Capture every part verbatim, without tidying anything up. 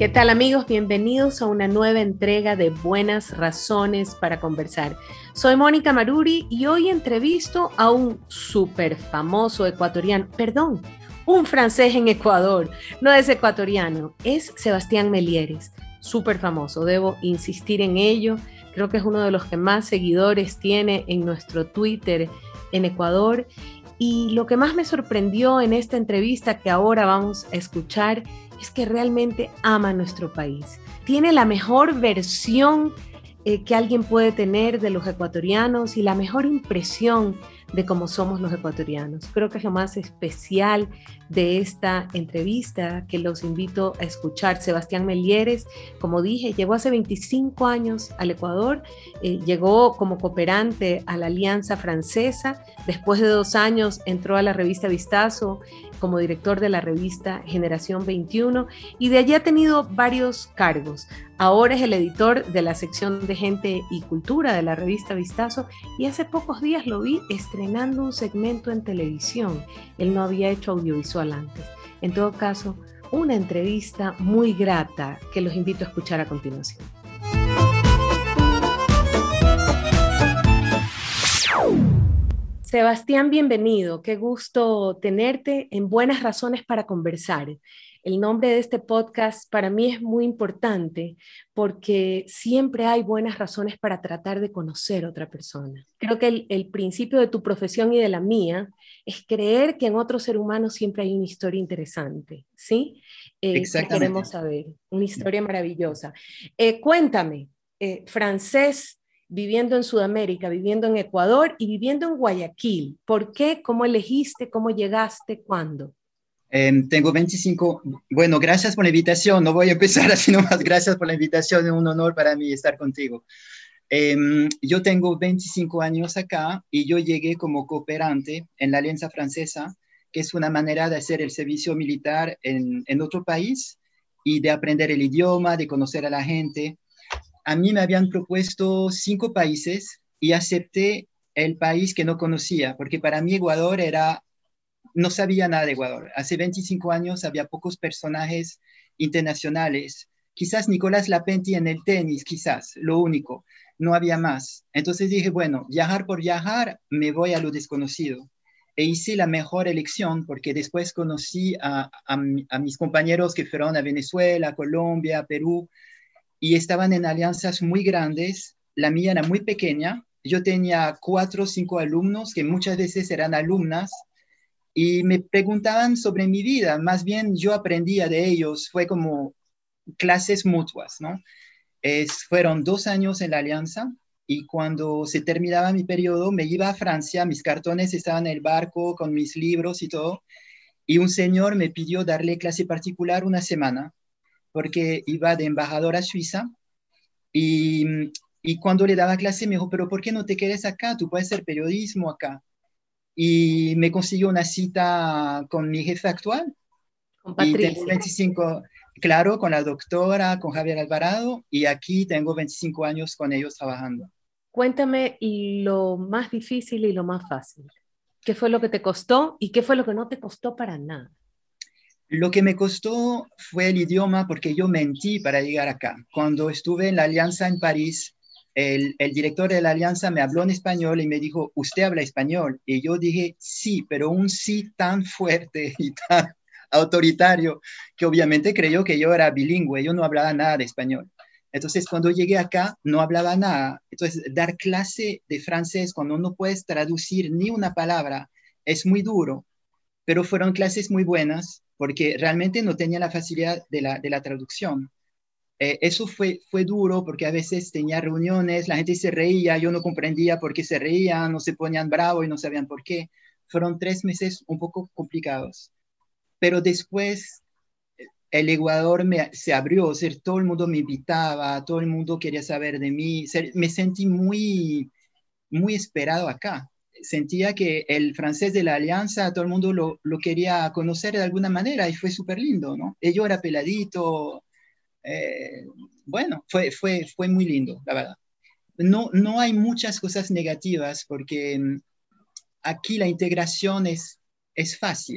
¿Qué tal, amigos? Bienvenidos a una nueva entrega de Buenas Razones para Conversar. Soy Mónica Maruri y hoy entrevisto a un súper famoso ecuatoriano, perdón, un francés en Ecuador, no es ecuatoriano, es Sebastián Melieres, súper famoso, debo insistir en ello, creo que es uno de los que más seguidores tiene en nuestro Twitter en Ecuador. Y lo que más me sorprendió en esta entrevista que ahora vamos a escuchar es que realmente ama nuestro país. Tiene la mejor versión eh, que alguien puede tener de los ecuatorianos y la mejor impresión de cómo somos los ecuatorianos. Creo que es lo más especial de esta entrevista que los invito a escuchar. Sebastián Melieres, como dije, llegó hace veinticinco años al Ecuador, eh, llegó como cooperante a la Alianza Francesa, después de dos años entró a la revista Vistazo como director de la revista Generación veintiuno y de allí ha tenido varios cargos. Ahora es el editor de la sección de Gente y Cultura de la revista Vistazo y hace pocos días lo vi estrenando un segmento en televisión. Él no había hecho audiovisual antes. En todo caso, una entrevista muy grata que los invito a escuchar a continuación. Sebastián, bienvenido. Qué gusto tenerte en Buenas Razones para Conversar. El nombre de este podcast para mí es muy importante porque siempre hay buenas razones para tratar de conocer a otra persona. Creo que el, el principio de tu profesión y de la mía es creer que en otro ser humano siempre hay una historia interesante, ¿sí? Eh, que queremos saber, una historia maravillosa. Eh, cuéntame, eh, francés, viviendo en Sudamérica, viviendo en Ecuador y viviendo en Guayaquil. ¿Por qué? ¿Cómo elegiste? ¿Cómo llegaste? ¿Cuándo? Eh, tengo veinticinco, bueno, gracias por la invitación, no voy a empezar así nomás, gracias por la invitación, es un honor para mí estar contigo. Eh, yo tengo veinticinco años acá y yo llegué como cooperante en la Alianza Francesa, que es una manera de hacer el servicio militar en, en otro país y de aprender el idioma, de conocer a la gente. A mí me habían propuesto cinco países y acepté el país que no conocía, porque para mí Ecuador era, no sabía nada de Ecuador. Hace veinticinco años había pocos personajes internacionales. Quizás Nicolás Lapenti en el tenis, quizás, lo único. No había más. Entonces dije, bueno, viajar por viajar, me voy a lo desconocido. E hice la mejor elección porque después conocí a, a, a mis compañeros que fueron a Venezuela, Colombia, Perú, y estaban en alianzas muy grandes. La mía era muy pequeña. Yo tenía cuatro o cinco alumnos que muchas veces eran alumnas y me preguntaban sobre mi vida. Más bien yo aprendía de ellos. Fue como clases mutuas, ¿no? Es, fueron dos años en la alianza y cuando se terminaba mi periodo me iba a Francia. Mis cartones estaban en el barco con mis libros y todo. Y un señor me pidió darle clase particular una semana porque iba de embajador a Suiza y, y cuando le daba clase me dijo, pero ¿por qué no te quedes acá? Tú puedes hacer periodismo acá. Y me consiguió una cita con mi jefe actual Con y tengo Patricia. veinticinco, claro, con la doctora, con Javier Alvarado y aquí tengo veinticinco años con ellos trabajando. Cuéntame lo más difícil y lo más fácil. ¿Qué fue lo que te costó y qué fue lo que no te costó para nada? Lo que me costó fue el idioma porque yo mentí para llegar acá. Cuando estuve en la Alianza en París, el, el director de la Alianza me habló en español y me dijo, ¿usted habla español? Y yo dije, sí, pero un sí tan fuerte y tan autoritario que obviamente creyó que yo era bilingüe, yo no hablaba nada de español. Entonces, cuando llegué acá, no hablaba nada. Entonces, dar clase de francés cuando no puedes traducir ni una palabra es muy duro, pero fueron clases muy buenas porque realmente no tenía la facilidad de la, de la traducción. Eh, eso fue, fue duro porque a veces tenía reuniones, la gente se reía, yo no comprendía por qué se reían, no se ponían bravos y no sabían por qué. Fueron tres meses un poco complicados, pero después el Ecuador me, se abrió, o sea, todo el mundo me invitaba, todo el mundo quería saber de mí, me sentí muy, muy esperado acá. Sentía que el francés de la Alianza, todo el mundo lo, lo quería conocer de alguna manera y fue súper lindo, ¿no? Yo era peladito, eh, bueno, fue, fue, fue muy lindo, la verdad. No, no hay muchas cosas negativas porque aquí la integración es, es fácil.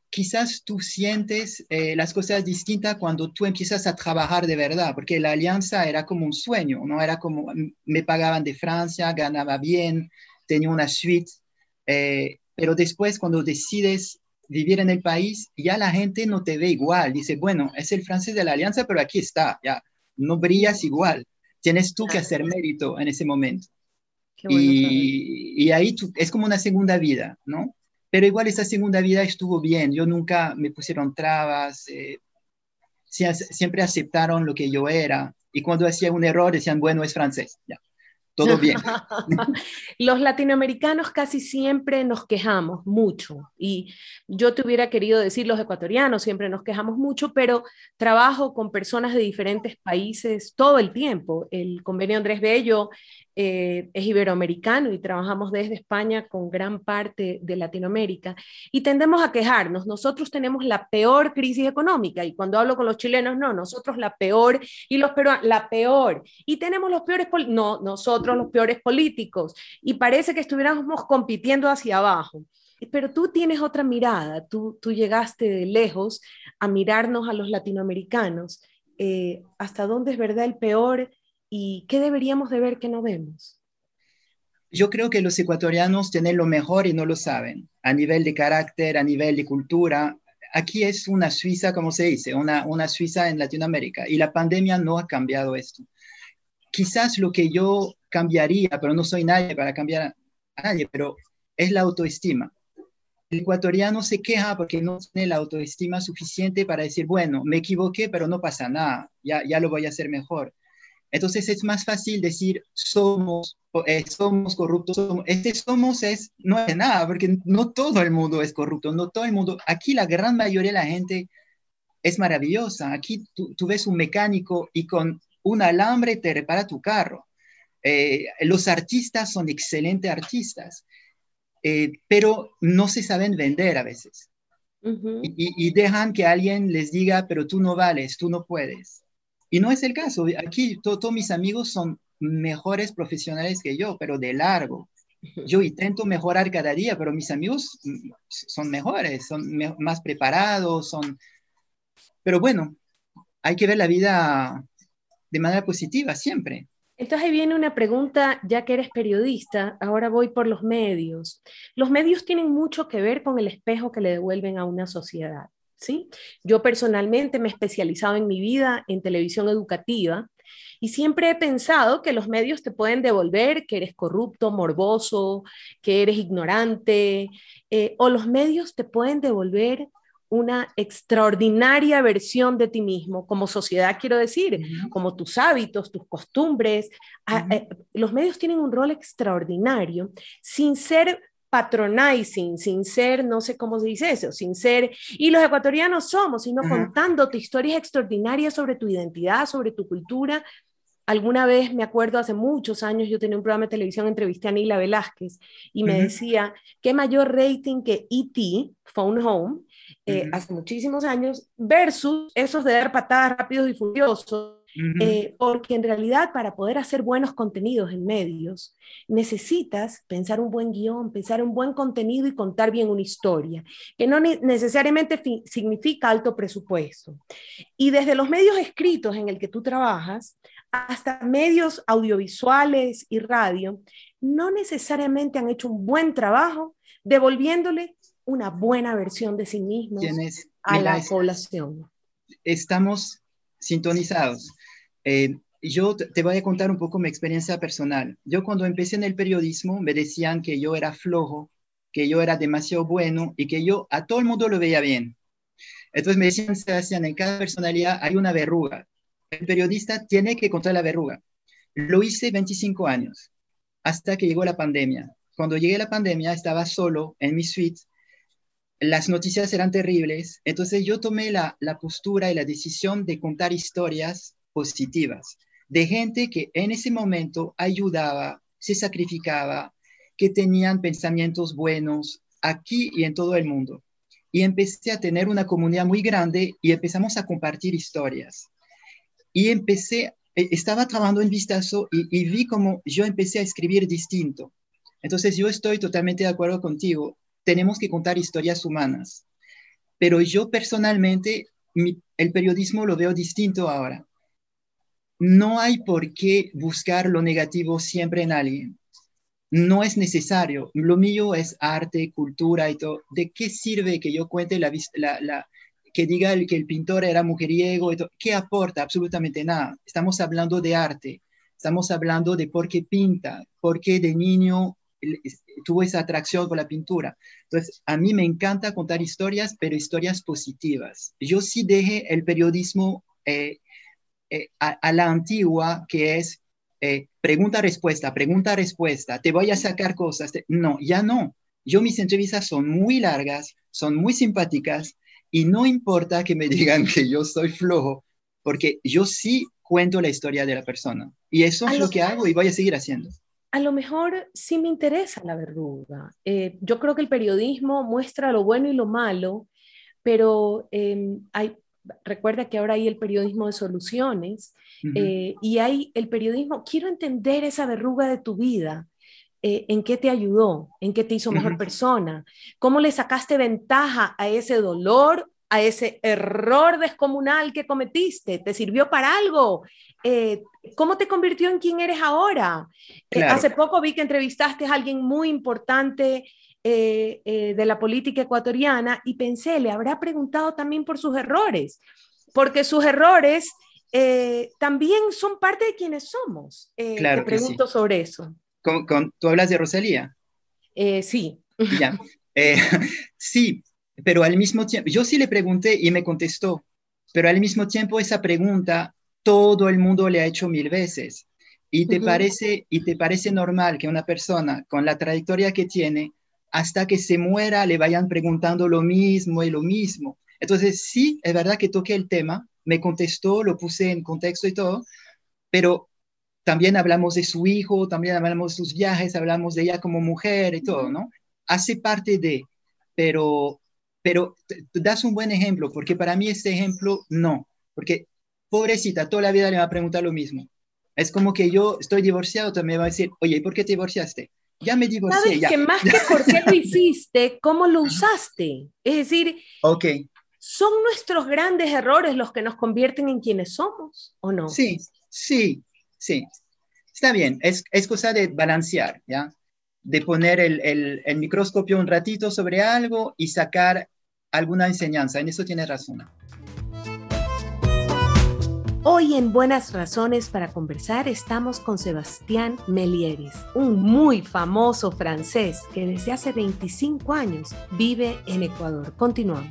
quizás tú sientes eh, las cosas distintas cuando tú empiezas a trabajar de verdad, porque la alianza era como un sueño, ¿no? Era como, me pagaban de Francia, ganaba bien, tenía una suite, eh, pero después cuando decides vivir en el país, ya la gente no te ve igual. Dice, bueno, es el francés de la alianza, pero aquí está, ya, no brillas igual. Tienes tú que hacer mérito en ese momento. Qué bueno saber. Y, y ahí tú, es como una segunda vida, ¿no? Pero igual esa segunda vida estuvo bien. Yo nunca me pusieron trabas, eh, sie- siempre aceptaron lo que yo era. Y cuando hacía un error decían, bueno, es francés, ya, todo bien. Los latinoamericanos casi siempre nos quejamos mucho y yo te hubiera querido decir los ecuatorianos siempre nos quejamos mucho, pero trabajo con personas de diferentes países todo el tiempo. El convenio Andrés Bello eh, es iberoamericano y trabajamos desde España con gran parte de Latinoamérica y tendemos a quejarnos. Nosotros tenemos la peor crisis económica y cuando hablo con los chilenos, no, nosotros la peor y los peruanos, la peor. Y tenemos los peores, no, nosotros los peores políticos. Y parece que estuviéramos compitiendo hacia abajo. Pero tú tienes otra mirada, tú, tú llegaste de lejos a mirarnos a los latinoamericanos. Eh, ¿Hasta dónde es verdad el peor y qué deberíamos de ver que no vemos? Yo creo que los ecuatorianos tienen lo mejor y no lo saben, a nivel de carácter, a nivel de cultura. Aquí es una Suiza, como se dice, una, una Suiza en Latinoamérica, y la pandemia no ha cambiado esto. Quizás lo que yo cambiaría, pero no soy nadie para cambiar a nadie, pero es la autoestima. El ecuatoriano se queja porque no tiene la autoestima suficiente para decir, bueno, me equivoqué, pero no pasa nada, ya, ya lo voy a hacer mejor. Entonces es más fácil decir somos, eh, somos corruptos. Somos. Este somos es, no es nada, porque no todo el mundo es corrupto, no todo el mundo. Aquí la gran mayoría de la gente es maravillosa. Aquí tú, tú ves un mecánico y con un alambre te repara tu carro. Eh, los artistas son excelentes artistas, eh, pero no se saben vender a veces. Uh -huh. Y, y, y dejan que alguien les diga, pero tú no vales, tú no puedes. Y no es el caso. Aquí todos to mis amigos son mejores profesionales que yo, pero de largo. Yo intento mejorar cada día, pero mis amigos son mejores, son me más preparados, son... Pero bueno, hay que ver la vida de manera positiva siempre. Entonces ahí viene una pregunta, ya que eres periodista, ahora voy por los medios. Los medios tienen mucho que ver con el espejo que le devuelven a una sociedad, ¿sí? Yo personalmente me he especializado en mi vida en televisión educativa y siempre he pensado que los medios te pueden devolver que eres corrupto, morboso, que eres ignorante, eh, o los medios te pueden devolver una extraordinaria versión de ti mismo, como sociedad quiero decir, uh-huh. como tus hábitos, tus costumbres. Uh-huh. eh, los medios tienen un rol extraordinario sin ser patronizing, sin ser, no sé cómo se dice eso, sin ser, y los ecuatorianos somos, sino uh-huh. contándote historias extraordinarias sobre tu identidad, sobre tu cultura. Alguna vez, me acuerdo, hace muchos años, yo tenía un programa de televisión, entrevisté a Nila Velázquez y me uh-huh. decía, ¿qué mayor rating que E T, Phone Home, eh, uh-huh. hace muchísimos años, versus esos de dar patadas rápidos y furiosos? Uh-huh. eh, porque en realidad para poder hacer buenos contenidos en medios, necesitas pensar un buen guión, pensar un buen contenido y contar bien una historia, que no ne- necesariamente fi- significa alto presupuesto. Y desde los medios escritos en el que tú trabajas, hasta medios audiovisuales y radio, no necesariamente han hecho un buen trabajo devolviéndole una buena versión de sí mismos Tienes, a mira, la es, población. Estamos sintonizados. Eh, yo te voy a contar un poco mi experiencia personal. Yo cuando empecé en el periodismo me decían que yo era flojo, que yo era demasiado bueno y que yo a todo el mundo lo veía bien. Entonces me decían, Sebastián, en cada personalidad hay una verruga. El periodista tiene que contar la verruga. Lo hice veinticinco años, hasta que llegó la pandemia. Cuando llegué a la pandemia estaba solo en mi suite, las noticias eran terribles, entonces yo tomé la, la postura y la decisión de contar historias positivas, de gente que en ese momento ayudaba, se sacrificaba, que tenían pensamientos buenos aquí y en todo el mundo. Y empecé a tener una comunidad muy grande y empezamos a compartir historias. Y empecé, estaba trabajando en Vistazo y, y vi como yo empecé a escribir distinto. Entonces yo estoy totalmente de acuerdo contigo. Tenemos que contar historias humanas. pero yo personalmente, mi, el periodismo lo veo distinto ahora. No hay por qué buscar lo negativo siempre en alguien. No es necesario. Lo mío es arte, cultura y todo. ¿De qué sirve que yo cuente la, la, la que diga el, que el pintor era mujeriego? Y todo? ¿Qué aporta? Absolutamente nada. Estamos hablando de arte. Estamos hablando de por qué pinta, por qué de niño tuvo esa atracción por la pintura. Entonces, a mí me encanta contar historias, pero historias positivas. Yo sí dejé el periodismo eh, eh, a, a la antigua, que es eh, pregunta-respuesta, pregunta-respuesta, te voy a sacar cosas. Te... No, ya no. Yo mis entrevistas son muy largas, son muy simpáticas y no importa que me digan que yo soy flojo, porque yo sí cuento la historia de la persona. Y eso A es lo, lo que hago y voy a seguir haciendo. a lo mejor sí me interesa la verruga. Eh, yo creo que el periodismo muestra lo bueno y lo malo, pero eh, hay, recuerda que ahora hay el periodismo de soluciones Uh -huh. eh, y hay el periodismo, quiero entender esa verruga de tu vida. Eh, ¿En qué te ayudó? ¿En qué te hizo mejor uh-huh. persona? ¿Cómo le sacaste ventaja a ese dolor, a ese error descomunal que cometiste? ¿Te sirvió para algo? Eh, ¿Cómo te convirtió en quien eres ahora? Claro. Eh, hace poco vi que entrevistaste a alguien muy importante eh, eh, de la política ecuatoriana y pensé, le habrá preguntado también por sus errores, porque sus errores eh, también son parte de quienes somos. Eh, claro te pregunto sí. sobre eso. Con, con, ¿Tú hablas de Rosalía? Eh, sí. Ya. Eh, sí, pero al mismo tiempo, yo sí le pregunté y me contestó, pero al mismo tiempo esa pregunta todo el mundo le ha hecho mil veces. ¿Y te, uh-huh. parece, ¿Y te parece normal que una persona con la trayectoria que tiene, hasta que se muera, le vayan preguntando lo mismo y lo mismo? Entonces, sí, es verdad que toqué el tema, me contestó, lo puse en contexto y todo, pero también hablamos de su hijo, también hablamos de sus viajes, hablamos de ella como mujer y todo, ¿no? Hace parte de, pero, pero te, te das un buen ejemplo, porque para mí este ejemplo no, porque pobrecita, toda la vida le va a preguntar lo mismo. Es como que yo estoy divorciado, también me va a decir, oye, ¿y por qué te divorciaste? Ya me divorcié, ¿Sabes ya. que más que por qué lo hiciste, cómo lo usaste? Es decir, okay. ¿son nuestros grandes errores los que nos convierten en quienes somos o no? Sí, sí, sí. Está bien, es, es cosa de balancear, ¿ya? De poner el, el, el microscopio un ratito sobre algo y sacar alguna enseñanza. En eso tienes razón. Hoy en Buenas Razones para Conversar estamos con Sebastián Melieres, un muy famoso francés que desde hace veinticinco años vive en Ecuador. Continuamos.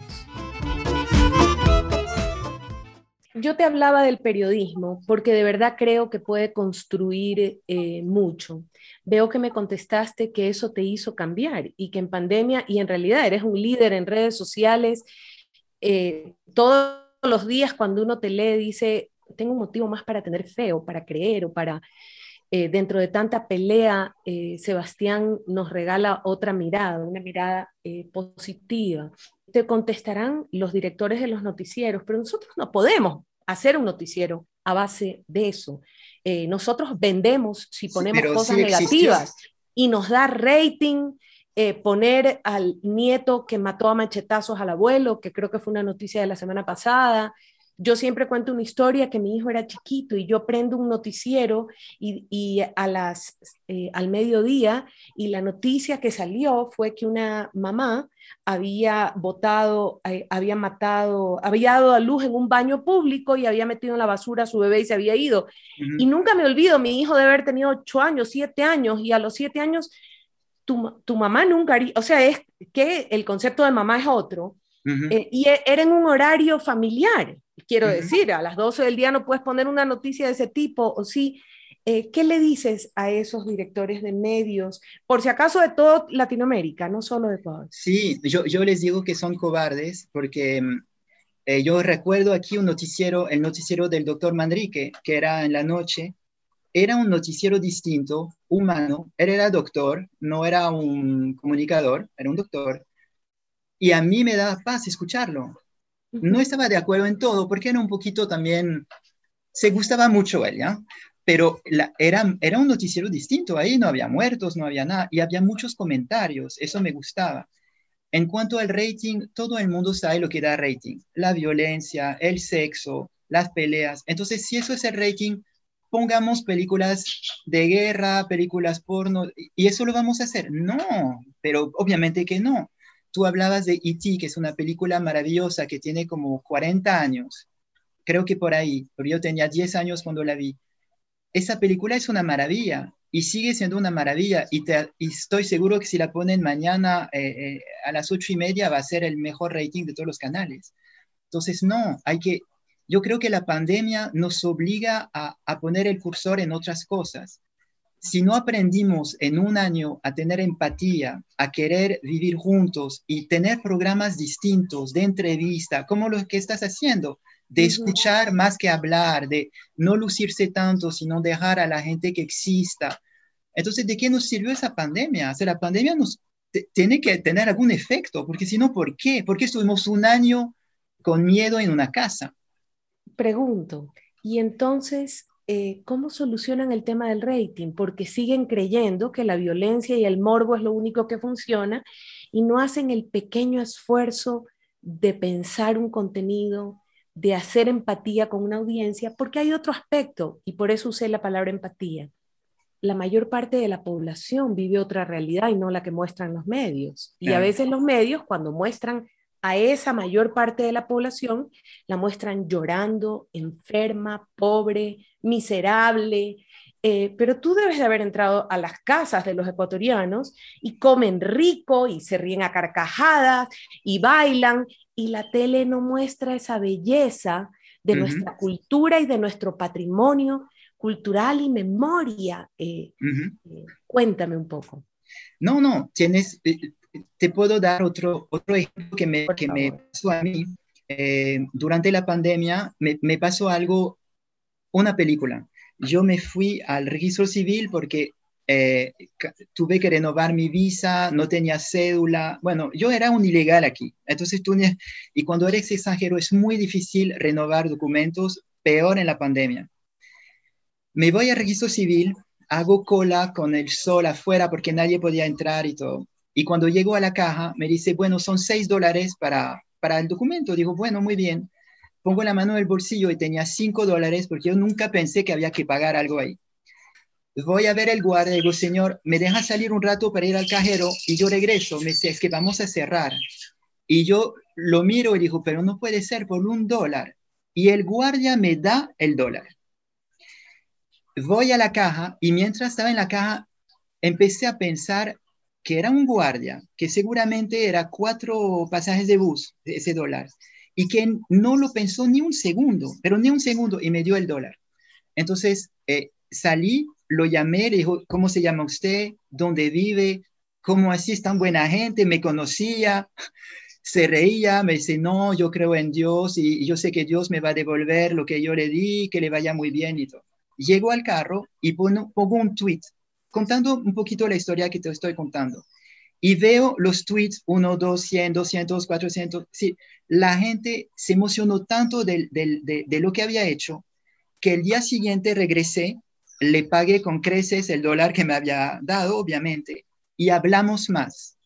Yo te hablaba del periodismo porque de verdad creo que puede construir eh, mucho. Veo que me contestaste que eso te hizo cambiar y que en pandemia, y en realidad eres un líder en redes sociales, eh, todos los días cuando uno te lee dice, tengo un motivo más para tener fe o para creer o para, eh, dentro de tanta pelea, eh, Sebastián nos regala otra mirada, una mirada eh, positiva. Te contestarán los directores de los noticieros, pero nosotros no podemos hacer un noticiero a base de eso. Eh, nosotros vendemos si ponemos sí, cosas sí negativas y nos da rating. Eh, poner al nieto que mató a machetazos al abuelo, que creo que fue una noticia de la semana pasada. Yo siempre cuento una historia que mi hijo era chiquito y yo prendo un noticiero y, y a las, eh, al mediodía y la noticia que salió fue que una mamá había botado, eh, había matado, había dado a luz en un baño público y había metido en la basura a su bebé y se había ido. Uh-huh. Y nunca me olvido, mi hijo debe haber tenido ocho años, siete años y a los siete años tu, tu mamá nunca haría, o sea, es que el concepto de mamá es otro. Uh-huh. eh, y era en un horario familiar, quiero uh-huh. decir, a las doce del día no puedes poner una noticia de ese tipo, o sí. Eh, ¿Qué le dices a esos directores de medios, por si acaso de toda Latinoamérica, no solo de Ecuador? Sí, yo, yo les digo que son cobardes, porque eh, yo recuerdo aquí un noticiero, el noticiero del doctor Manrique, que era en la noche, era un noticiero distinto, humano, él era doctor, no era un comunicador, era un doctor, y a mí me daba paz escucharlo. No estaba de acuerdo en todo, porque era un poquito también, se gustaba mucho él, ¿ya? Pero la, era, era un noticiero distinto, ahí no había muertos, no había nada, y había muchos comentarios, eso me gustaba. En cuanto al rating, todo el mundo sabe lo que da rating. La violencia, el sexo, las peleas. Entonces, si eso es el rating, pongamos películas de guerra, películas porno, y eso lo vamos a hacer. No, pero obviamente que no. Tú hablabas de E T, que es una película maravillosa que tiene como cuarenta años. Creo que por ahí, pero yo tenía diez años cuando la vi. Esa película es una maravilla y sigue siendo una maravilla y, te, y estoy seguro que si la ponen mañana eh, eh, a las ocho y media va a ser el mejor rating de todos los canales. Entonces, no, hay que, yo creo que la pandemia nos obliga a, a poner el cursor en otras cosas. Si no aprendimos en un año a tener empatía, a querer vivir juntos y tener programas distintos de entrevista, como lo que estás haciendo, de escuchar más que hablar, de no lucirse tanto, sino dejar a la gente que exista. Entonces, ¿de qué nos sirvió esa pandemia? O sea, la pandemia nos tiene que tener algún efecto, porque si no, ¿por qué? ¿Por qué estuvimos un año con miedo en una casa? Pregunto, y entonces, eh, ¿cómo solucionan el tema del rating? Porque siguen creyendo que la violencia y el morbo es lo único que funciona y no hacen el pequeño esfuerzo de pensar un contenido, de hacer empatía con una audiencia, porque hay otro aspecto, y por eso usé la palabra empatía. La mayor parte de la población vive otra realidad y no la que muestran los medios. Y a Claro. veces los medios, cuando muestran a esa mayor parte de la población, la muestran llorando, enferma, pobre, miserable. Eh, pero tú debes de haber entrado a las casas de los ecuatorianos y comen rico y se ríen a carcajadas y bailan y la tele no muestra esa belleza de Uh -huh. nuestra cultura y de nuestro patrimonio cultural y memoria. Eh, Uh -huh. eh, cuéntame un poco, No, no, tienes, eh, te puedo dar otro, otro ejemplo que me, por que me favor. pasó a mí. Eh, durante la pandemia me, me pasó algo, una película. Yo me fui al registro civil porque eh, tuve que renovar mi visa, no tenía cédula. Bueno, yo era un ilegal aquí. Entonces tú, y cuando eres extranjero es muy difícil renovar documentos, peor en la pandemia. Me voy al registro civil, hago cola con el sol afuera porque nadie podía entrar y todo. Y cuando llego a la caja, me dice, bueno, son seis dólares para, para el documento. Digo, bueno, muy bien. Pongo la mano en el bolsillo y tenía cinco dólares porque yo nunca pensé que había que pagar algo ahí. Voy a ver el guardia y digo, señor, ¿me deja salir un rato para ir al cajero? Y yo regreso, me dice, es que vamos a cerrar. Y yo lo miro y digo, pero no puede ser por un dólar. Y el guardia me da el dólar. Voy a la caja y mientras estaba en la caja empecé a pensar que era un guardia, que seguramente era cuatro pasajes de bus de ese dólar y que no lo pensó ni un segundo, pero ni un segundo y me dio el dólar. Entonces eh, salí, lo llamé, le dijo, ¿cómo se llama usted? ¿Dónde vive? ¿Cómo así es tan buena gente? Me conocía, se reía, me dice, no, yo creo en Dios y, y yo sé que Dios me va a devolver lo que yo le di, que le vaya muy bien y todo. Llego al carro y pongo, pongo un tweet contando un poquito la historia que te estoy contando. Y veo los tweets, uno, dos, cien, doscientos, cuatrocientos. Sí, la gente se emocionó tanto de, de, de, de lo que había hecho que el día siguiente regresé, le pagué con creces el dólar que me había dado, obviamente, y hablamos más.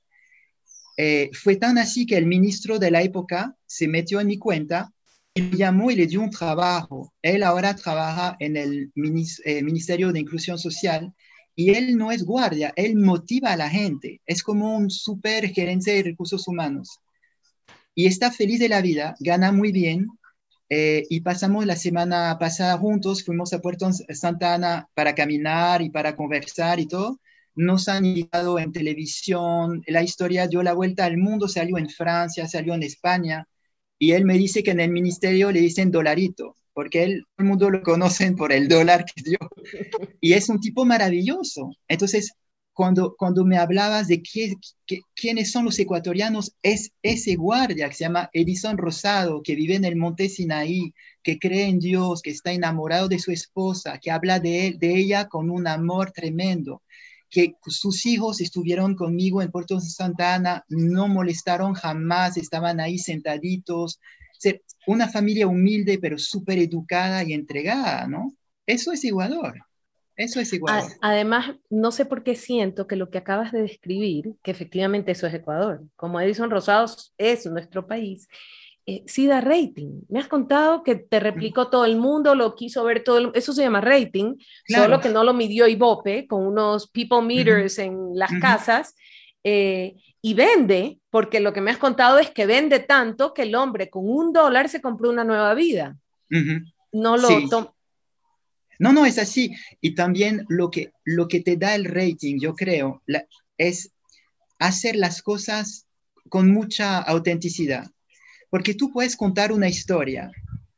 Eh, fue tan así que el ministro de la época se metió en mi cuenta y me llamó y le dio un trabajo. Él ahora trabaja en el eh, Ministerio de Inclusión Social y él no es guardia, él motiva a la gente. Es como un super gerente de recursos humanos. Y está feliz de la vida, gana muy bien. Eh, y pasamos la semana pasada juntos, fuimos a Puerto Santa Ana para caminar y para conversar y todo. Nos han invitado en televisión, la historia dio la vuelta al mundo, salió en Francia, salió en España, y él me dice que en el ministerio le dicen dolarito, porque él, todo el mundo lo conocen por el dólar que dio, y es un tipo maravilloso. Entonces, cuando, cuando me hablabas de qué, qué, quiénes son los ecuatorianos, es ese guardia que se llama Edison Rosado, que vive en el Monte Sinaí, que cree en Dios, que está enamorado de su esposa, que habla de, él, de ella con un amor tremendo, que sus hijos estuvieron conmigo en Puerto Santa Ana, no molestaron jamás, estaban ahí sentaditos. Ser una familia humilde, pero súper educada y entregada, ¿no? Eso es Ecuador. Eso es igual. A- Además, no sé por qué siento que lo que acabas de describir, que efectivamente eso es Ecuador, como Edison Rosados es nuestro país, eh, sí da rating. Me has contado que te replicó todo el mundo, lo quiso ver todo el mundo. Eso se llama rating, solo Claro. que no lo midió Ibope con unos people Ujú, meters en las ujú, casas. eh, y vende, porque lo que me has contado es que vende tanto que el hombre con un dólar se compró una nueva vida. ujú. No lo Sí, toma. no, no, es así. Y también lo que, lo que te da el rating, yo creo, la- es hacer las cosas con mucha autenticidad. Porque tú puedes contar una historia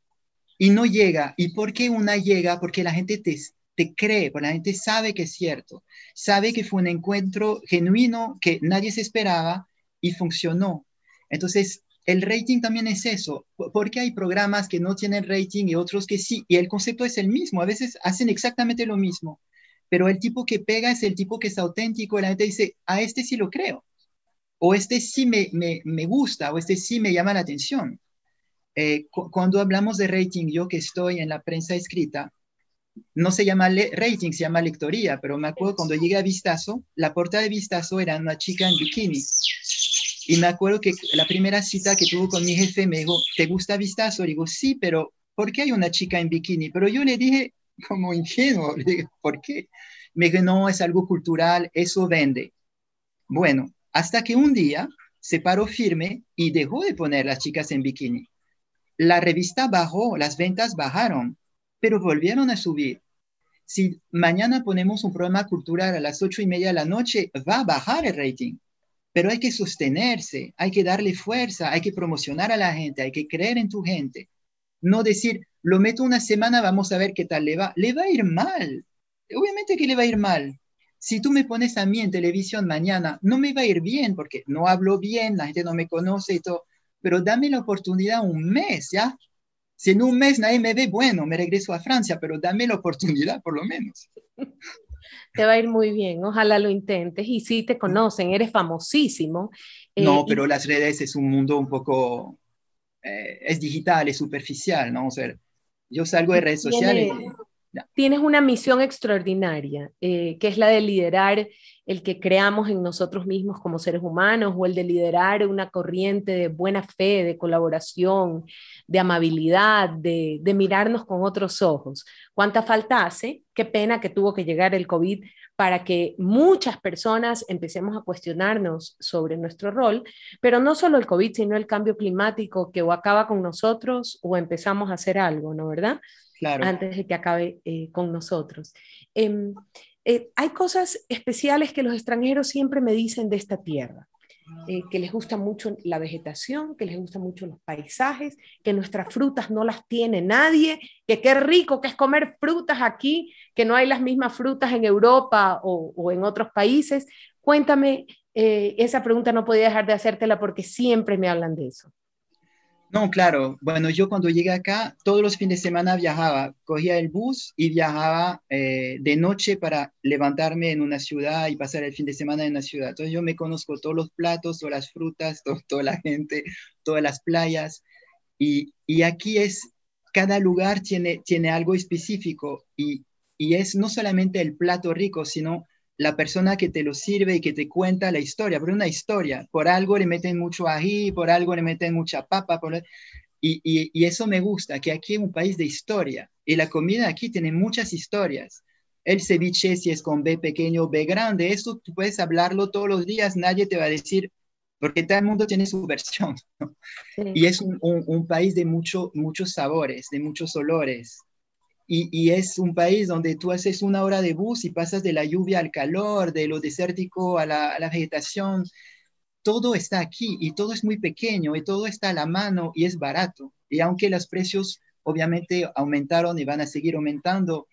y no llega. ¿Y por qué una llega? Porque la gente te, te cree, porque la gente sabe que es cierto, sabe que fue un encuentro genuino que nadie se esperaba y funcionó. Entonces, el rating también es eso, porque hay programas que no tienen rating y otros que sí, y el concepto es el mismo, a veces hacen exactamente lo mismo, pero el tipo que pega es el tipo que es auténtico, y la gente dice, a este sí lo creo, o este sí me, me, me gusta, o este sí me llama la atención. Eh, cu cuando hablamos de rating, yo que estoy en la prensa escrita, no se llama rating, se llama lectoría, pero me acuerdo cuando llegué a Vistazo, la portada de Vistazo era una chica en bikini. Y me acuerdo que la primera cita que tuvo con mi jefe me dijo, ¿te gusta Vistazo? Le digo, sí, pero ¿por qué hay una chica en bikini? Pero yo le dije, como ingenuo, le dije, ¿por qué? Me dijo, no, es algo cultural, eso vende. Bueno, hasta que un día se paró firme y dejó de poner las chicas en bikini. La revista bajó, las ventas bajaron, pero volvieron a subir. Si mañana ponemos un programa cultural a las ocho y media de la noche, va a bajar el rating, pero hay que sostenerse, hay que darle fuerza, hay que promocionar a la gente, hay que creer en tu gente. No decir, lo meto una semana, vamos a ver qué tal le va. Le va a ir mal. Obviamente que le va a ir mal. Si tú me pones a mí en televisión mañana, no me va a ir bien porque no hablo bien, la gente no me conoce y todo, pero dame la oportunidad un mes, ¿ya? Si en un mes nadie me ve, bueno, me regreso a Francia, pero dame la oportunidad por lo menos. Te va a ir muy bien, ojalá lo intentes. Y sí te conocen, eres famosísimo. eh, No, pero y las redes es un mundo un poco, eh, es digital, es superficial, ¿no? O sea, yo salgo de y redes sociales tienes, y ya. tienes una misión extraordinaria, eh, que es la de liderar el que creamos en nosotros mismos como seres humanos o el de liderar una corriente de buena fe, de colaboración, de amabilidad, de, de mirarnos con otros ojos. ¿Cuánta falta hace? Qué pena que tuvo que llegar el COVID para que muchas personas empecemos a cuestionarnos sobre nuestro rol, pero no solo el COVID, sino el cambio climático que o acaba con nosotros o empezamos a hacer algo, ¿no? ¿Verdad? Claro. Antes de que acabe eh, con nosotros. Eh, eh, hay cosas especiales que los extranjeros siempre me dicen de esta tierra, eh, que les gusta mucho la vegetación, que les gusta mucho los paisajes, que nuestras frutas no las tiene nadie, que qué rico que es comer frutas aquí, que no hay las mismas frutas en Europa o, o en otros países. Cuéntame, eh, esa pregunta no podía dejar de hacértela porque siempre me hablan de eso. No, claro. Bueno, yo cuando llegué acá, todos los fines de semana viajaba, cogía el bus y viajaba eh, de noche para levantarme en una ciudad y pasar el fin de semana en una ciudad. Entonces yo me conozco todos los platos, todas las frutas, to- toda la gente, todas las playas. Y, y aquí es, cada lugar tiene, tiene algo específico y, y es no solamente el plato rico, sino la persona que te lo sirve y que te cuenta la historia, pero una historia. Por algo le meten mucho ají, por algo le meten mucha papa, por, y, y, y eso me gusta, que aquí es un país de historia y la comida aquí tiene muchas historias. El ceviche, si es con B pequeño, B grande, eso tú puedes hablarlo todos los días, nadie te va a decir, porque todo el mundo tiene su versión, ¿no? Sí. Y es un, un, un país de mucho, muchos sabores, de muchos olores. Y, y, es un país donde tú haces una hora de bus y pasas de la lluvia al calor, de lo desértico a la, a la vegetación. Todo está aquí y todo es muy pequeño y todo está a la mano y es barato. Y aunque los precios obviamente aumentaron y van a seguir aumentando,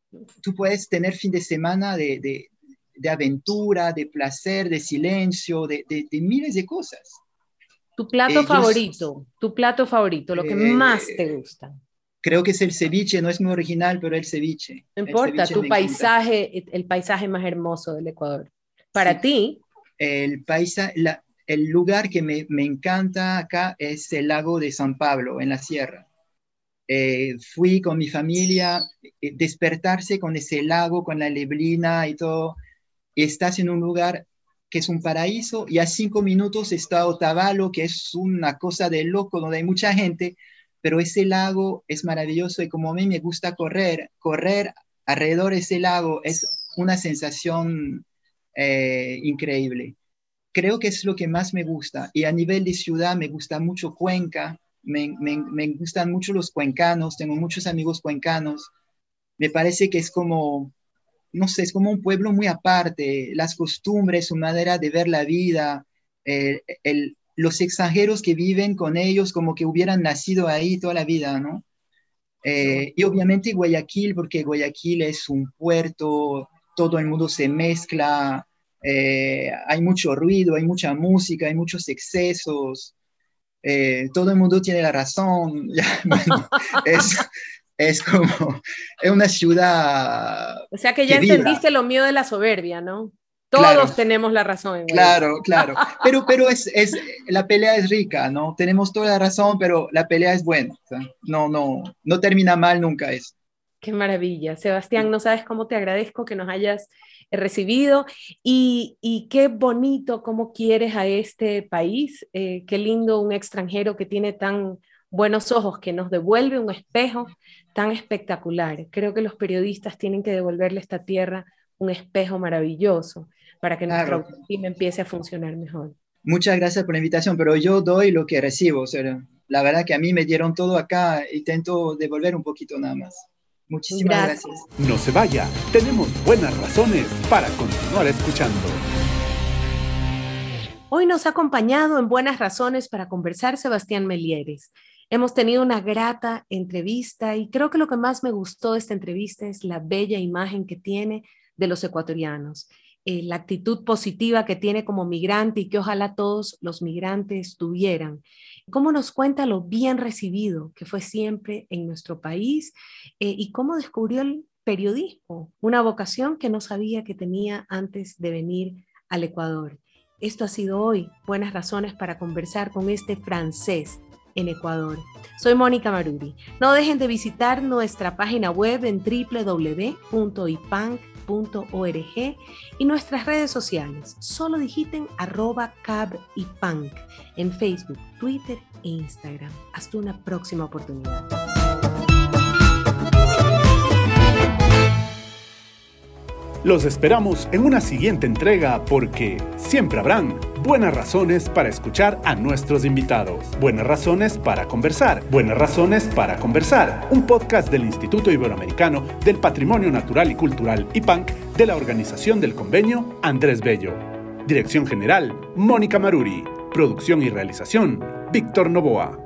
tú puedes tener fin de semana de, de, de aventura, de placer, de silencio, de, de, de miles de cosas. Tu plato Eh, yo favorito, tu plato favorito, lo que más te eh, gusta. creo que es el ceviche, no es muy original, pero el ceviche. No El importa, ceviche tu me encanta. paisaje, el paisaje más hermoso del Ecuador. Para Sí, ti, el, paisa, la, el lugar que me, me encanta acá es el lago de San Pablo, en la sierra. eh, fui con mi familia, eh, despertarse con ese lago, con la neblina y todo. Estás en un lugar que es un paraíso y a cinco minutos está Otavalo, que es una cosa de loco, donde hay mucha gente, pero ese lago es maravilloso y como a mí me gusta correr, correr alrededor de ese lago es una sensación eh, increíble. Creo que es lo que más me gusta. Y a nivel de ciudad me gusta mucho Cuenca, me, me, me gustan mucho los cuencanos, tengo muchos amigos cuencanos. Me parece que es como, no sé, es como un pueblo muy aparte, las costumbres, su manera de ver la vida, eh, el, los extranjeros que viven con ellos como que hubieran nacido ahí toda la vida, ¿no? Eh, y obviamente Guayaquil, porque Guayaquil es un puerto, todo el mundo se mezcla, eh, hay mucho ruido, hay mucha música, hay muchos excesos, eh, todo el mundo tiene la razón. Ya, bueno, es, es como, es una ciudad O sea que ya que vibra. entendiste lo mío de la soberbia, ¿no? Claro, Todos tenemos la razón en Guayaquil. claro, claro. Pero, pero es, es, la pelea es rica, ¿no? Tenemos toda la razón, pero la pelea es buena. O sea, no, no, no termina mal nunca eso. Qué maravilla. Sebastián, no sabes cómo te agradezco que nos hayas eh, recibido y, y qué bonito cómo quieres a este país. Eh, qué lindo un extranjero que tiene tan buenos ojos, que nos devuelve un espejo tan espectacular. Creo que los periodistas tienen que devolverle a esta tierra un espejo maravilloso para que nuestra Claro. autoestima empiece a funcionar mejor. Muchas gracias por la invitación, pero yo doy lo que recibo. O sea, la verdad que a mí me dieron todo acá, intento devolver un poquito nada más. Muchísimas Gracias. gracias. No se vaya, tenemos buenas razones para continuar escuchando. Hoy nos ha acompañado en Buenas Razones para conversar Sebastián Melieres. Hemos tenido una grata entrevista y creo que lo que más me gustó de esta entrevista es la bella imagen que tiene de los ecuatorianos, eh, la actitud positiva que tiene como migrante y que ojalá todos los migrantes tuvieran. Cómo nos cuenta lo bien recibido que fue siempre en nuestro país eh, y cómo descubrió el periodismo, una vocación que no sabía que tenía antes de venir al Ecuador. Esto ha sido hoy, Buenas Razones para conversar con este francés en Ecuador. Soy Mónica Maruri. No dejen de visitar nuestra página web en doble u doble u doble u punto i p a n c punto org y nuestras redes sociales. Solo digiten arroba cabipanc en Facebook, Twitter e Instagram. Hasta una próxima oportunidad. Los esperamos en una siguiente entrega porque siempre habrán buenas razones para escuchar a nuestros invitados. Buenas razones para conversar. Buenas razones para conversar. Un podcast del Instituto Iberoamericano del Patrimonio Natural y Cultural I P A N C de la Organización del Convenio Andrés Bello. Dirección General, Mónica Maruri. Producción y realización, Víctor Novoa.